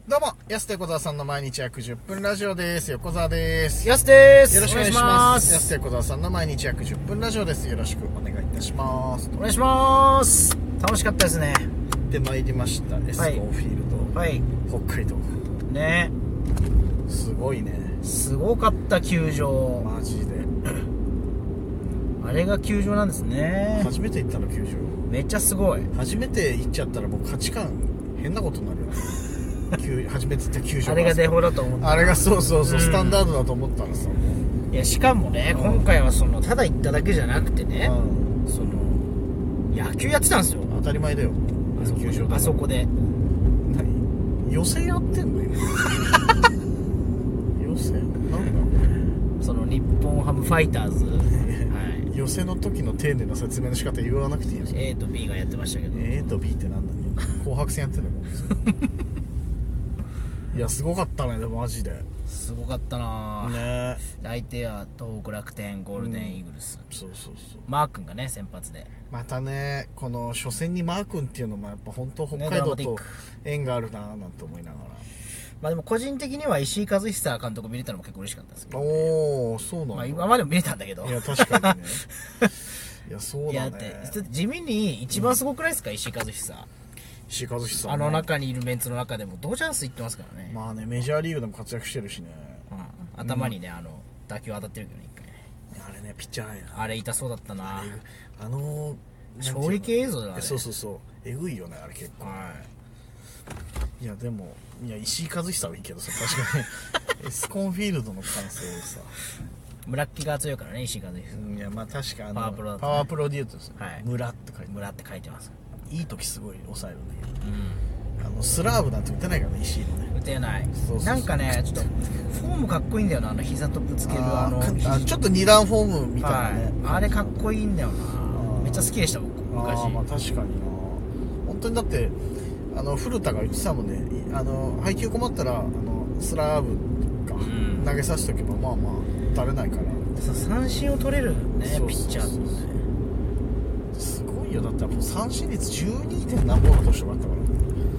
どうも、安手小沢さんの毎日約10分ラジオです。横澤です。 やすです。 よろしくお願いします。安手小沢さんの毎日約10分ラジオです。よろしくお願いいたします。 お願いします。楽しかったですね。 で参りました。エスコンフィールド、 はい、 北海道ね。 すごいね。 すごかった球場。 マジであれが球場なんですね。 初めて行ったの、球場。 めっちゃすごい。 初めて行っちゃったらもう価値観変なことになるよね。初めて行った球場あれがデフォだと思った。 あれがそう、スタンダードだと思ったらさ。 いや、しかもね、今回はただ行っただけじゃなくてね、野球やってたんですよ。 当たり前だよ。球場だ。 あそこで何予選やってんの今。予選なんだ日本ハムファイターズ、 予選の時の丁寧な説明の仕方言わなくていいよ。 A と B がやってましたけど、 A と B ってなんだよ。紅白戦やってんのか。いや、すごかったね。でもマジですごかったなね。 相手は東北楽天ゴールデンイーグルス、 そうマー君がね先発で、 またね、この初戦にマー君っていうのもやっぱ本当北海道と縁があるななんて思いながら、 まあでも個人的には石井一久監督見れたのも結構嬉しかったですけど、ね、 おお、そうなんだ。 まあ今までも見れたんだけど、 いや確かにね。いやそうだね。 いやだって地味に一番すごくないですか、石井一久。 石井一久、ね、 あの中にいるメンツの中でもドジャース行ってますからね。 まあね、メジャーリーグでも活躍してるしね、 頭にね、打球当たってるけどね、一回ね。 あれね、ピッチャーやあれ痛そうだったな。 衝撃映像だね。 そうえぐいよねあれ結構。いやでも、いや石井一久はいいけどさ、確かにエスコンフィールドの完成でさ、 村っ気が強いからね、石井一久。 いやまあ確かパワープロだとね、 パワープロで言うとさ、村って書いてます。 いい時すごい抑えるんだけど、スラーブなんて打てないからね、石井のね。 打てない。 そうなんかね、ちょっとフォームかっこいいんだよな、膝とぶつけるちょっと二段フォームみたいなね、 あれかっこいいんだよな。めっちゃ好きでした僕昔。 まあ確かにな。本当にだって古田が言ってたもんね、配球困ったらスラーブか、投げさせとけばまあまあ打たれないから。 三振を取れるね、ピッチャーってね。 すごいよ。だってもう三振率 12. 点何本の年とかあったから。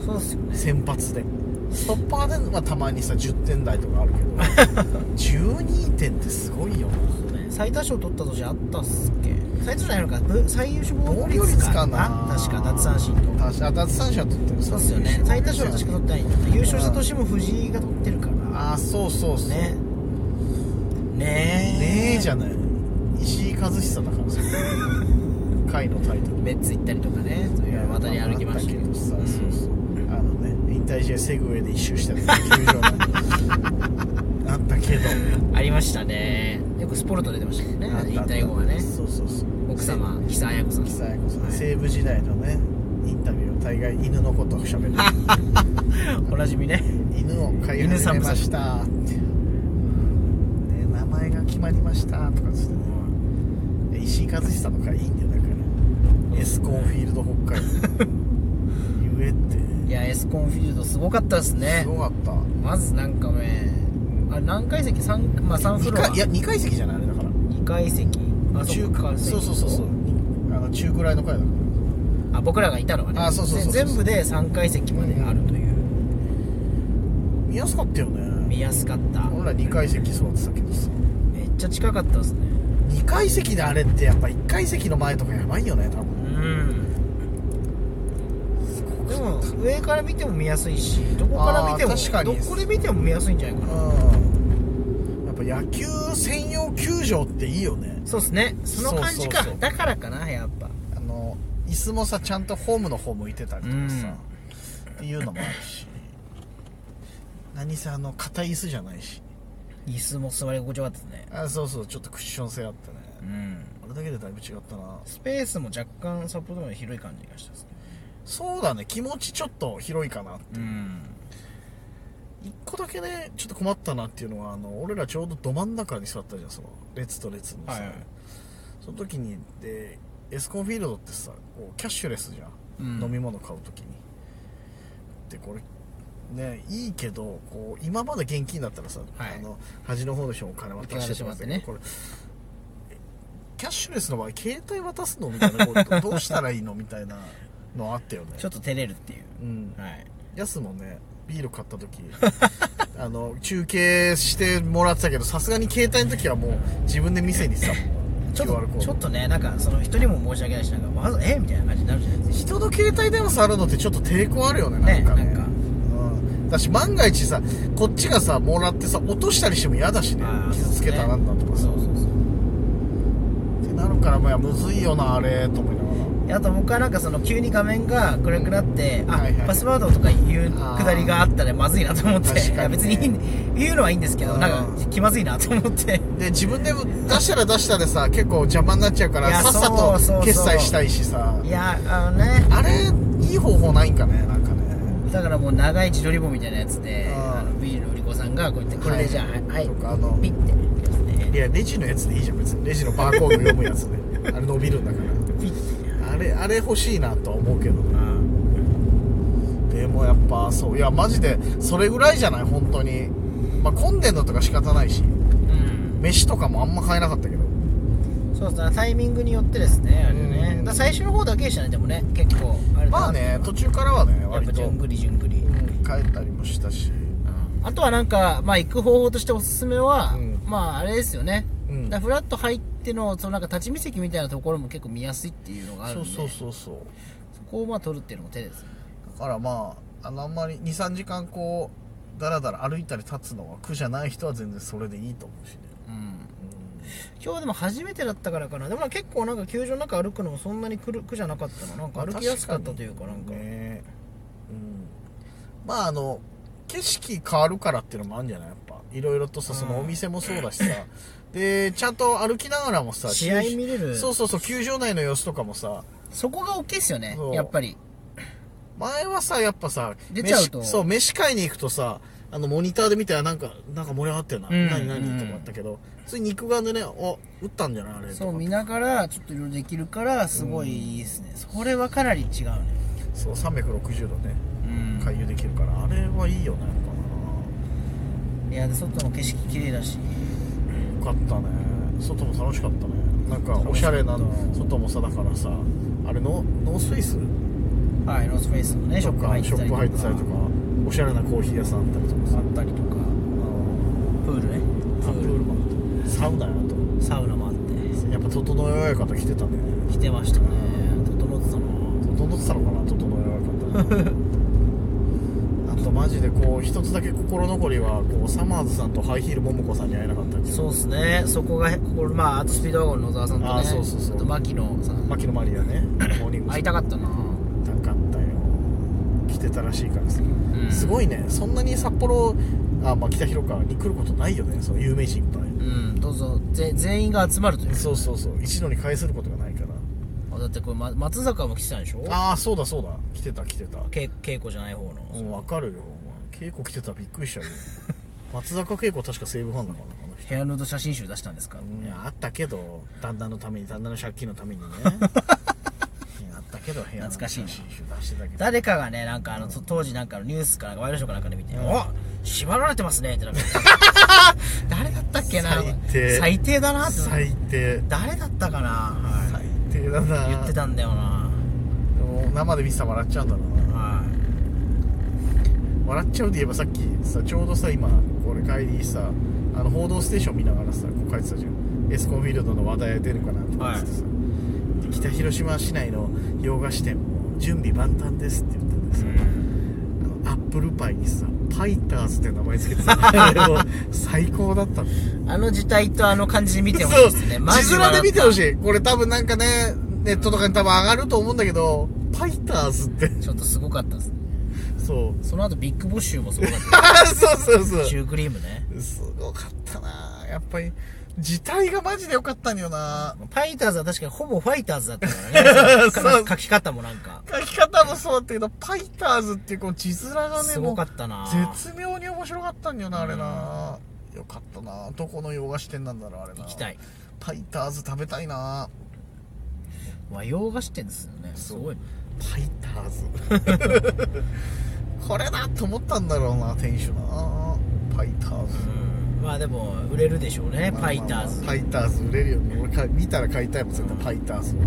そうっすよね。 先発でストッパーではたまにさ10点台とかあるけど12点ってすごいよな。 最多勝取った年あったっすっけ。最多じゃないのか、最優秀防御率かな。 確か奪三振と奪三振は取ってる。 そうっすよね。最多勝確か取ってないんだ。優勝した年も藤井が取ってるから。 そうねえじゃない、石井一久だからさ。回のタイトルメッツ行ったりとかね、そういう渡り歩きましたけどさ、 引退試合セグウェイで一周したり球場あったけどありましたね。よくスポルト出てましたけどね、引退後はね。奥様木佐彩子さん、 西武時代のねインタビューを大概犬のことを喋る。 おなじみね。 犬を飼い始めましたって、名前が決まりましたとかつってね。石井一久の回いいんだよ。だからエスコンフィールド北海道言えって。 いや、エスコンフィールドすごかったですね。 すごかった。 まずなんかね、あれ何階席3フロア。 いや2階席じゃないあれだから。 2階席。 中華そう中くらいの階だから。 僕らがいたのはね。全部で3階席まであるという。 見やすかったよね。 見やすかった。 俺ら2階席座ってたけどさ、 めっちゃ近かったですね。 2階席であれってやっぱ1階席の前とかやばいよね多分。 でも上から見ても見やすいし、どこから見てもどこで見ても見やすいんじゃないかな。 やっぱ野球専用球場っていいよね。 そうっすね。その感じか。だからかな、やっぱ椅子もさちゃんとホームの方向いてたりとかさ、っていうのもあるし、何せ硬い椅子じゃないし、 椅子も座り心地よかったですね。 ちょっとクッション性あってね。あれだけでだいぶ違ったな。 スペースも若干サポートが広い感じがしたですね。 そうだね、気持ちちょっと広いかなって。一個だけねちょっと困ったなっていうのは、俺らちょうどど真ん中に座ったじゃん、その列と列のさ、その時にエスコンフィールドってさ、こうキャッシュレスじゃん、飲み物買う時に。でこれねいいけど、こう今まで現金だったらさ、端の方でしょお金渡してもらってね、これキャッシュレスの場合携帯渡すのみたいな、どうしたらいいのみたいなのあったよね。 ちょっと照れるっていう。 ヤスもねビール買った時中継してもらってたけど、さすがに携帯の時はもう自分で店にさちょっとね、なんかその人にも申し訳ないし、なんかわざみたいな感じになるじゃないですか。 人の携帯電話触るのってちょっと抵抗あるよね、なんかね。 なんかだし万が一さ、こっちがさもらってさ落としたりしても嫌だしね、傷つけたなんだとかさ、ってなるから、まあむずいよなあれと思いながら。 あと僕はなんかその急に画面が暗くなって、パスワードとか言うくだりがあったらまずいなと思って、ね、別に言うのはいいんですけど、なんか気まずいなと思って、 で自分で出したら出したでさ結構邪魔になっちゃうから、さっさと決済したいしさ、 いやね、 あれいい方法ないんかね、なんかね。 だからもう長い自撮り棒みたいなやつで、ビールの売り子さんがこうやってこれでじゃあはいとかピッてですね。 いやレジのやつでいいじゃん、別にレジのバーコード読むやつであれ伸びるんだからピッてあれ欲しいなとは思うけどね。でもやっぱそういやマジでそれぐらいじゃない、本当に。まあ混んでんのとか仕方ないし、飯とかもあんま買えなかったけど。 そうですね、タイミングによってですね、あれね。だ最初の方だけでしたね、でもね、結構あれまあね、途中からはね割とじゅんぐり帰ったりもしたし、 あとはなんかまあ行く方法としておすすめは、まああれですよね。だフラッと入ってのそのなんか立ち見席みたいなところも結構見やすいっていうのがあるんで、そこをまあ取るっていうのも手ですね。 だからまああんまり 2,3 時間こうだらだら歩いたり立つのは苦じゃない人は全然それでいいと思うしね。 今日でも初めてだったからかな。でも結構なんか球場の中歩くのもそんなに苦じゃなかったの。なんか歩きやすかったというかなんかね、まあ景色変わるからっていうのもあるんじゃない、やっぱいろいろとさ、そのお店もそうだしさでちゃんと歩きながらもさ試合見れる、 そう球場内の様子とかもさ、 そこが大きいですよね、やっぱり。 前はさやっぱさ出ちゃうとそう飯買いに行くとさモニターで見たらなんか盛り上がってるな、何とかあったけど、つい肉眼でね打ったんじゃないあれ、 そう見ながらちょっといろいろできるからすごいいいですね。それはかなり違うね。 そう360度ね回遊できるから、あれはいいよね、やっぱな。 いやで外の景色綺麗だしよかったね。外も楽しかったね。なんかおしゃれな外もさ、だからさあれノースフェイス、 はい、ノースフェイスのねショップ入ってたりとか、 おしゃれなコーヒー屋さんあったりとかさ、 プールね、 プールもサウナやと、 サウナもあって、 やっぱ整え親方来てたね。 来てましたね。整ってたのかな、整え親方あとマジでこう一つだけ心残りはこうサマーズさんとハイヒール桃子さんに会えなかったんですよ。 そうですね、そこがまああとスピードワゴンの野沢さんとね、あと牧野マリアねモーニング会いたかったな。 高かったよ、来てたらしいからさ、すごいね。そんなに札幌北広川に来ることないよね、その有名人いっぱい。 どうぞ全員が集まるという。 そう一度に会することがないから。 だってこれ、松坂も来てたんでしょ。 そうだ来てた稽古じゃない方の。 分かるよ、稽古来てたらびっくりしちゃうよ松坂慶子確か西武ファンだからな、 ヘアヌード写真集出したんですか。 いやあったけど旦那の借金のためにねあったけど懐かしいな。 写真集出してたけど、 誰かがね、なんか当時なんかのニュースかなんかワイドショーかなんかで見て、お縛られてますねってなんか誰だったっけな、最低だなって。 最低、 誰だったかな、 最低だな、 言ってたんだよな。 でも生で見てたら笑っちゃうんだろうな。笑っちゃうで言えばさっきさ、ちょうどさ今これ帰りさ報道ステーション見ながらさこう書いてたじゃん、エスコンフィールドの話題出るかなって思ってさ、北広島市内の洋菓子店も準備万端ですって言ったんですよ、アップルパイにさパイターズって名前つけてた最高だったんだ。 字体と感じで見てほしいですね。 字面で見てほしい。これ多分なんかねネットとかに多分上がると思うんだけど、パイターズってちょっとすごかったですね。その後ビッグボッシュもすごかったそうシュークリームね、 すごかったな。やっぱり字体がマジで良かったんよな。 パイターズは確かにほぼファイターズだったからね書き方もなんか書き方もそうだったけど、パイターズっていうこの字面がねすごかったな。 絶妙に面白かったんよなあれな。よかったな。どこの洋菓子店なんだろうあれな。 行きたい。 パイターズ食べたいな。 洋菓子店ですよね。すごい。 パイターズこれだと思ったんだろうな店主な。パイターズ、 まあでも売れるでしょうね、パイターズ。 パイターズ売れるよね。俺見たら買いたいもん絶対、パイターズは。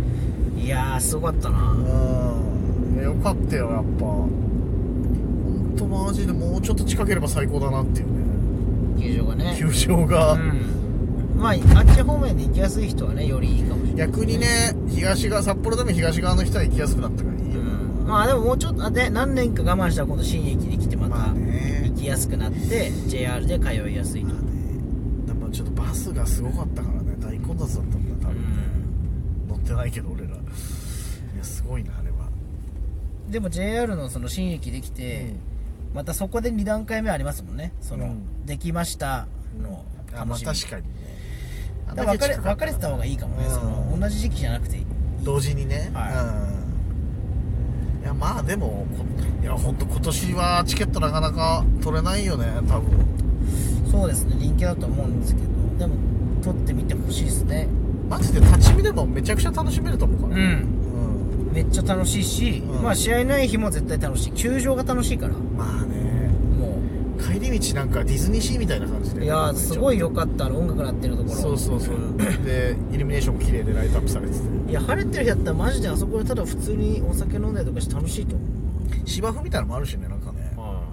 いやーすごかったな。 よかったよやっぱ。本とマジでもうちょっと近ければ最高だなっていうね、球場がね、 球場が、 まああっち方面で行きやすい人はねよりいいかもしれない。 逆にね、東側、札幌でも東側の人は行きやすくなったからいいよ、 まあでももうちょっとで何年か我慢したら今度新駅で来てまた行きやすくなって、JR で通いやすいと。 でもちょっとバスがすごかったからね、大混雑だったんだ多分ね、乗ってないけど俺ら。いやすごいなあれは。 でも JR のその新駅できて、またそこで2段階目ありますもんね、その、できましたの楽しみ。確かにね、 分かれてた方がいいかもね、その同じ時期じゃなくて同時にね。いやまあでもいや本当今年はチケットなかなか取れないよね多分。 そうですね、人気だと思うんですけど、でも取ってみてほしいですね。 マジで立ち見でもめちゃくちゃ楽しめると思うから、 めっちゃ楽しいし、まあ試合ない日も絶対楽しい。球場が楽しいから。 まあね、もう帰り道なんかディズニーシーみたいな感じで、 いやすごい良かった。音楽鳴ってるところ、 そうでイルミネーションも綺麗でライトアップされてて、 いや晴れてる日だったらマジであそこでただ普通にお酒飲んだりとかして楽しいと思う。 芝生みたいなのもあるしね、なんかね、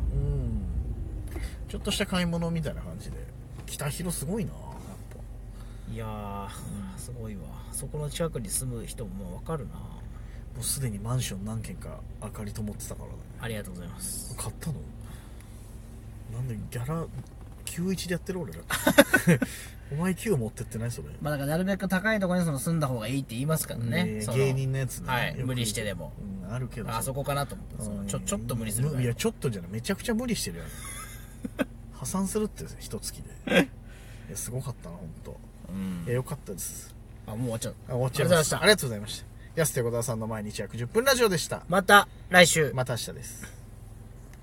ちょっとした買い物みたいな感じで。北広すごいなやっぱ。 いやー、すごいわ。そこの近くに住む人ももう分かるな。 もうすでにマンション何軒か明かり灯ってたからね。 ありがとうございます。 買ったの？なんでギャラ91でやってる俺らお前9持ってってないそれ。 まあだからなるべく高いところに住んだ方がいいって言いますからね、 芸人のやつね、 はい、無理してでも、 あるけど、 あそこかなと思って、ちょっと無理するぐらい。 いやちょっとじゃない、めちゃくちゃ無理してるやん破産するって一月でいやすごかったな本当。いやよかったです。 もう終わっちゃう。 終わっちゃいました。ありがとうございました。安手小沢さんの毎日約10分ラジオでした。 また来週。 また明日です。